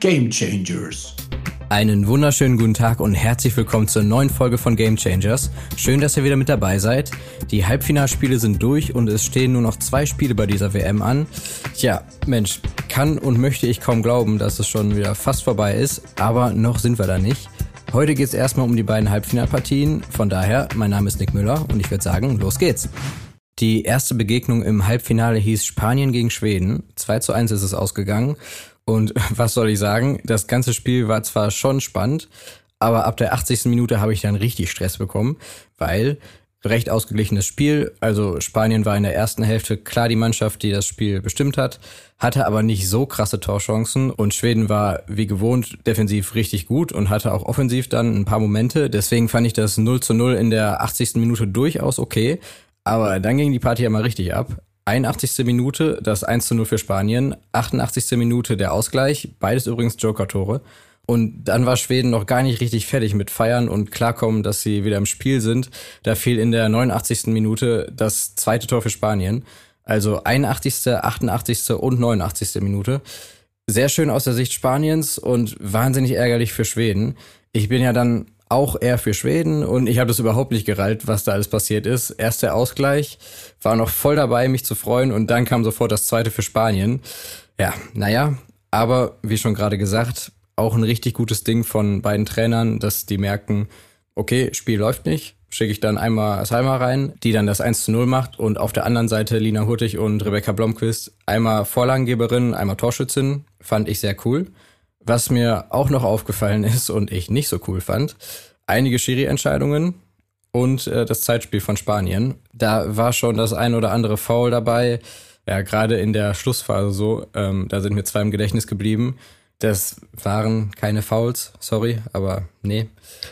Game Changers. Einen wunderschönen guten Tag und herzlich willkommen zur neuen Folge von Game Changers. Schön, dass ihr wieder mit dabei seid. Die Halbfinalspiele sind durch und es stehen nur noch 2 Spiele bei dieser WM an. Tja, Mensch, kann und möchte ich kaum glauben, dass es schon wieder fast vorbei ist, aber noch sind wir da nicht. Heute geht es erstmal um die beiden Halbfinalpartien. Von daher, mein Name ist Nick Müller und ich würde sagen, los geht's. Die erste Begegnung im Halbfinale hieß Spanien gegen Schweden. 2:1 ist es ausgegangen. Und was soll ich sagen, das ganze Spiel war zwar schon spannend, aber ab der 80. Minute habe ich dann richtig Stress bekommen, weil recht ausgeglichenes Spiel, also Spanien war in der ersten Hälfte klar die Mannschaft, die das Spiel bestimmt hat, hatte aber nicht so krasse Torchancen und Schweden war wie gewohnt defensiv richtig gut und hatte auch offensiv dann ein paar Momente, deswegen fand ich das 0:0 in der 80. Minute durchaus okay, aber dann ging die Partie ja mal richtig ab. 81. Minute das 1:0 für Spanien, 88. Minute der Ausgleich, beides übrigens Joker-Tore. Und dann war Schweden noch gar nicht richtig fertig mit Feiern und klarkommen, dass sie wieder im Spiel sind. Da fiel in der 89. Minute das zweite Tor für Spanien. Also 81., 88. und 89. Minute. Sehr schön aus der Sicht Spaniens und wahnsinnig ärgerlich für Schweden. Ich bin ja dann auch eher für Schweden und ich habe das überhaupt nicht gereilt, was da alles passiert ist. Erst der Ausgleich, war noch voll dabei, mich zu freuen und dann kam sofort das zweite für Spanien. Ja, naja, aber wie schon gerade gesagt, auch ein richtig gutes Ding von beiden Trainern, dass die merken, okay, Spiel läuft nicht, schicke ich dann einmal Salma rein, die dann das 1:0 macht und auf der anderen Seite Lina Hurtig und Rebecca Blomqvist, einmal Vorlagengeberin, einmal Torschützin, fand ich sehr cool. Was mir auch noch aufgefallen ist und ich nicht so cool fand, einige Schiri-Entscheidungen und das Zeitspiel von Spanien. Da war schon das ein oder andere Foul dabei, ja gerade in der Schlussphase so, da sind mir 2 im Gedächtnis geblieben. Das waren keine Fouls, sorry, aber nee.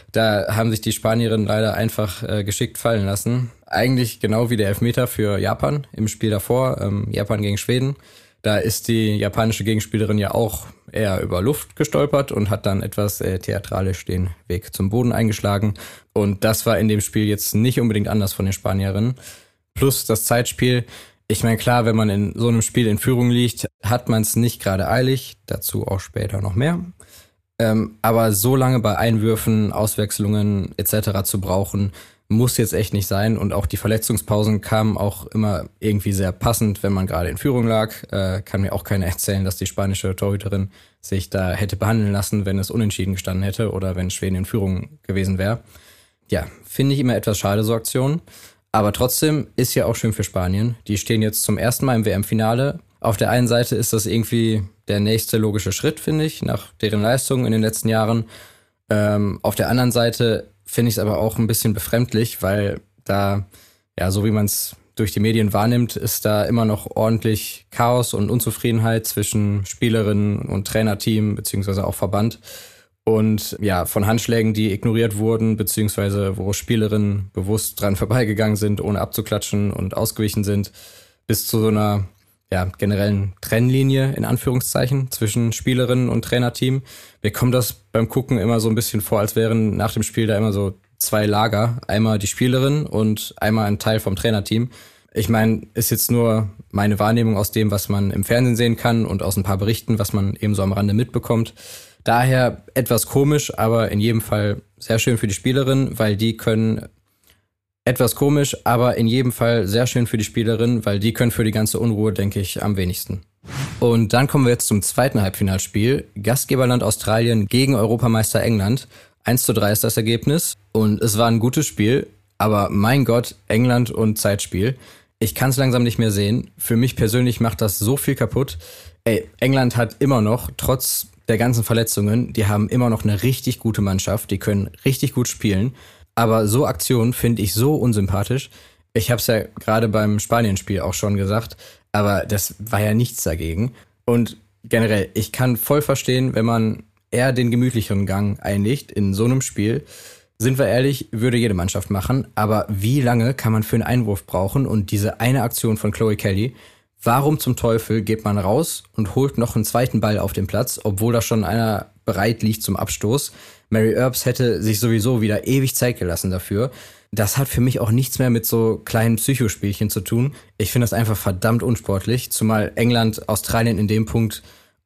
Da haben sich die Spanierinnen leider einfach geschickt fallen lassen. Eigentlich genau wie der Elfmeter für Japan im Spiel davor, Japan gegen Schweden. Da ist die japanische Gegenspielerin ja auch eher über Luft gestolpert und hat dann etwas theatralisch den Weg zum Boden eingeschlagen. Und das war in dem Spiel jetzt nicht unbedingt anders von den Spanierinnen. Plus das Zeitspiel. Ich meine, klar, wenn man in so einem Spiel in Führung liegt, hat man es nicht gerade eilig. Dazu auch später noch mehr. Aber so lange bei Einwürfen, Auswechslungen etc. zu brauchen, muss jetzt echt nicht sein. Und auch die Verletzungspausen kamen auch immer irgendwie sehr passend, wenn man gerade in Führung lag. Kann mir auch keiner erzählen, dass die spanische Torhüterin sich da hätte behandeln lassen, wenn es unentschieden gestanden hätte oder wenn Schweden in Führung gewesen wäre. Ja, finde ich immer etwas schade, so Aktionen. Aber trotzdem ist ja auch schön für Spanien. Die stehen jetzt zum ersten Mal im WM-Finale. Auf der einen Seite ist das irgendwie der nächste logische Schritt, finde ich, nach deren Leistungen in den letzten Jahren. Auf der anderen Seite finde ich es aber auch ein bisschen befremdlich, weil da, ja, so wie man es durch die Medien wahrnimmt, ist da immer noch ordentlich Chaos und Unzufriedenheit zwischen Spielerinnen und Trainerteam, beziehungsweise auch Verband. Und ja, von Handschlägen, die ignoriert wurden, beziehungsweise wo Spielerinnen bewusst dran vorbeigegangen sind, ohne abzuklatschen und ausgewichen sind, bis zu so einer generellen Trennlinie in Anführungszeichen zwischen Spielerinnen und Trainerteam. Mir kommt das beim Gucken immer so ein bisschen vor, als wären nach dem Spiel da immer so 2 Lager. Einmal die Spielerin und einmal ein Teil vom Trainerteam. Ich meine, ist jetzt nur meine Wahrnehmung aus dem, was man im Fernsehen sehen kann und aus ein paar Berichten, was man eben so am Rande mitbekommt. Daher etwas komisch, aber in jedem Fall sehr schön für die Spielerin, weil die können etwas komisch, aber in jedem Fall sehr schön für die Spielerin, weil die können für die ganze Unruhe, denke ich, am wenigsten. Und dann kommen wir jetzt zum zweiten Halbfinalspiel. Gastgeberland Australien gegen Europameister England. 1:3 ist das Ergebnis. Und es war ein gutes Spiel, aber mein Gott, England und Zeitspiel. Ich kann es langsam nicht mehr sehen. Für mich persönlich macht das so viel kaputt. England hat immer noch, trotz der ganzen Verletzungen, die haben immer noch eine richtig gute Mannschaft. Die können richtig gut spielen. Aber so Aktionen finde ich so unsympathisch. Ich habe es ja gerade beim Spanien-Spiel auch schon gesagt, aber das war ja nichts dagegen. Und generell, ich kann voll verstehen, wenn man eher den gemütlicheren Gang einlegt in so einem Spiel. Sind wir ehrlich, würde jede Mannschaft machen. Aber wie lange kann man für einen Einwurf brauchen? Und diese eine Aktion von Chloe Kelly, warum zum Teufel geht man raus und holt noch einen zweiten Ball auf den Platz, obwohl da schon einer bereit liegt zum Abstoß? Mary Earps hätte sich sowieso wieder ewig Zeit gelassen dafür. Das hat für mich auch nichts mehr mit so kleinen Psychospielchen zu tun. Ich finde das einfach verdammt unsportlich, zumal England Australien in dem Punkt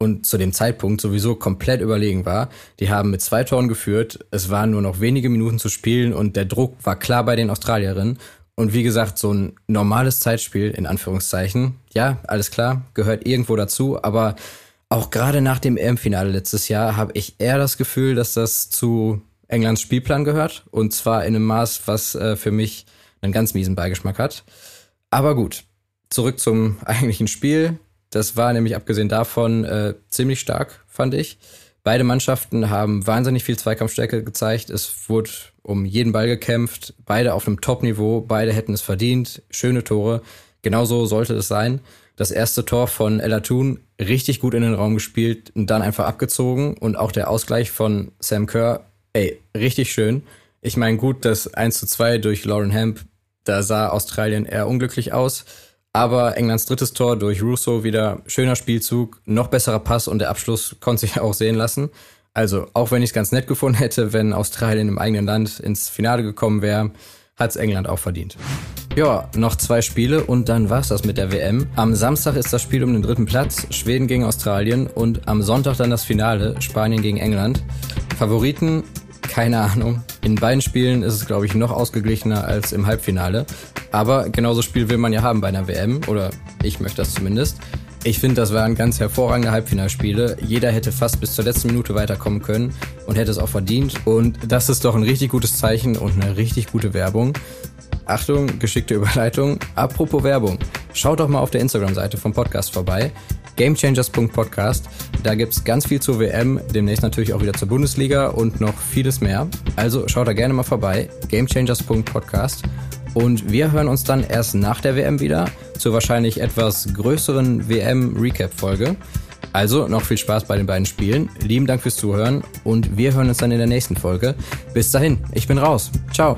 und zu dem Zeitpunkt sowieso komplett überlegen war. Die haben mit 2 Toren geführt, es waren nur noch wenige Minuten zu spielen und der Druck war klar bei den Australierinnen. Und wie gesagt, so ein normales Zeitspiel, in Anführungszeichen, ja, alles klar, gehört irgendwo dazu, aber auch gerade nach dem EM-Finale letztes Jahr habe ich eher das Gefühl, dass das zu Englands Spielplan gehört und zwar in einem Maß, was für mich einen ganz miesen Beigeschmack hat. Aber gut, zurück zum eigentlichen Spiel. Das war nämlich abgesehen davon ziemlich stark, fand ich. Beide Mannschaften haben wahnsinnig viel Zweikampfstärke gezeigt. Es wurde um jeden Ball gekämpft. Beide auf einem Top-Niveau. Beide hätten es verdient. Schöne Tore. Genauso sollte es sein. Das erste Tor von Ella Toone richtig gut in den Raum gespielt und dann einfach abgezogen. Und auch der Ausgleich von Sam Kerr, richtig schön. Ich meine, gut, das 1:2 durch Lauren Hemp, da sah Australien eher unglücklich aus. Aber Englands drittes Tor durch Russo wieder schöner Spielzug, noch besserer Pass und der Abschluss konnte sich auch sehen lassen. Also auch wenn ich es ganz nett gefunden hätte, wenn Australien im eigenen Land ins Finale gekommen wäre, hat es England auch verdient. Ja, noch 2 Spiele und dann war's das mit der WM. Am Samstag ist das Spiel um den 3. Platz, Schweden gegen Australien und am Sonntag dann das Finale, Spanien gegen England. Favoriten? Keine Ahnung. In beiden Spielen ist es, glaube ich, noch ausgeglichener als im Halbfinale. Aber genauso Spiel will man ja haben bei einer WM, oder ich möchte das zumindest. Ich finde, das waren ganz hervorragende Halbfinalspiele. Jeder hätte fast bis zur letzten Minute weiterkommen können und hätte es auch verdient. Und das ist doch ein richtig gutes Zeichen und eine richtig gute Werbung. Achtung, geschickte Überleitung. Apropos Werbung, schaut doch mal auf der Instagram-Seite vom Podcast vorbei. Gamechangers.podcast. Da gibt's ganz viel zur WM, demnächst natürlich auch wieder zur Bundesliga und noch vieles mehr. Also schaut da gerne mal vorbei. Gamechangers.podcast. Und wir hören uns dann erst nach der WM wieder zur wahrscheinlich etwas größeren WM-Recap-Folge. Also noch viel Spaß bei den beiden Spielen. Lieben Dank fürs Zuhören und wir hören uns dann in der nächsten Folge. Bis dahin, ich bin raus. Ciao.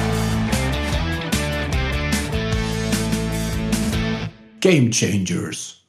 Game Changers.